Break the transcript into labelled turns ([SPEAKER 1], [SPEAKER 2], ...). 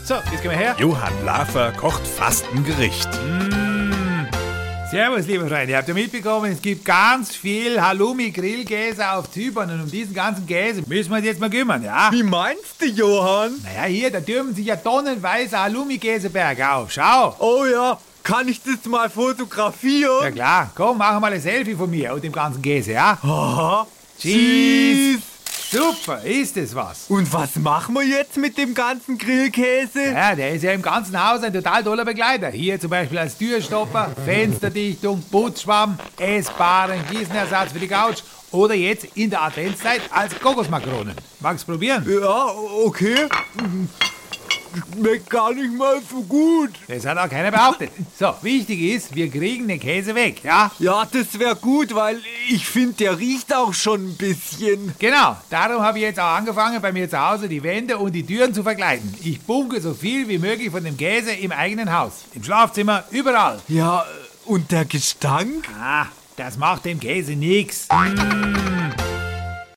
[SPEAKER 1] So, jetzt gehen wir her.
[SPEAKER 2] Johann Lafer kocht fast ein Gericht.
[SPEAKER 1] Servus, liebe Freunde. Ihr habt ja mitbekommen, es gibt ganz viel Halloumi-Grillkäse auf Zypern und um diesen ganzen Käse müssen wir uns jetzt mal kümmern, ja?
[SPEAKER 3] Wie meinst du, Johann?
[SPEAKER 1] Naja, hier, da türmen sich ja tonnenweise Halloumi-Käseberge auf. Schau.
[SPEAKER 3] Oh ja, kann ich das mal
[SPEAKER 1] Ja
[SPEAKER 3] fotografieren?
[SPEAKER 1] klar, komm, machen wir mal ein Selfie von mir und dem ganzen Käse, ja?
[SPEAKER 3] Aha.
[SPEAKER 1] Cheese. Super, ist es was?
[SPEAKER 3] Und was machen wir jetzt mit dem ganzen Grillkäse?
[SPEAKER 1] Ja, der ist ja im ganzen Haus ein total toller Begleiter. Hier zum Beispiel als Türstopper, Fensterdichtung, Putzschwamm, essbaren Gießenersatz für die Couch oder jetzt in der Adventszeit als Kokosmakronen. Magst du probieren?
[SPEAKER 3] Ja, okay. Schmeckt gar nicht mal so gut.
[SPEAKER 1] Das hat auch keiner behauptet. So, wichtig ist, wir kriegen den Käse weg, ja?
[SPEAKER 3] Ja, das wäre gut, weil ich finde, der riecht auch schon ein bisschen.
[SPEAKER 1] Genau, darum habe ich jetzt auch angefangen, bei mir zu Hause die Wände und die Türen zu verkleiden. Ich bunke so viel wie möglich von dem Käse im eigenen Haus. Im Schlafzimmer, überall.
[SPEAKER 3] Ja, und der Gestank?
[SPEAKER 1] Ah, das macht dem Käse nix.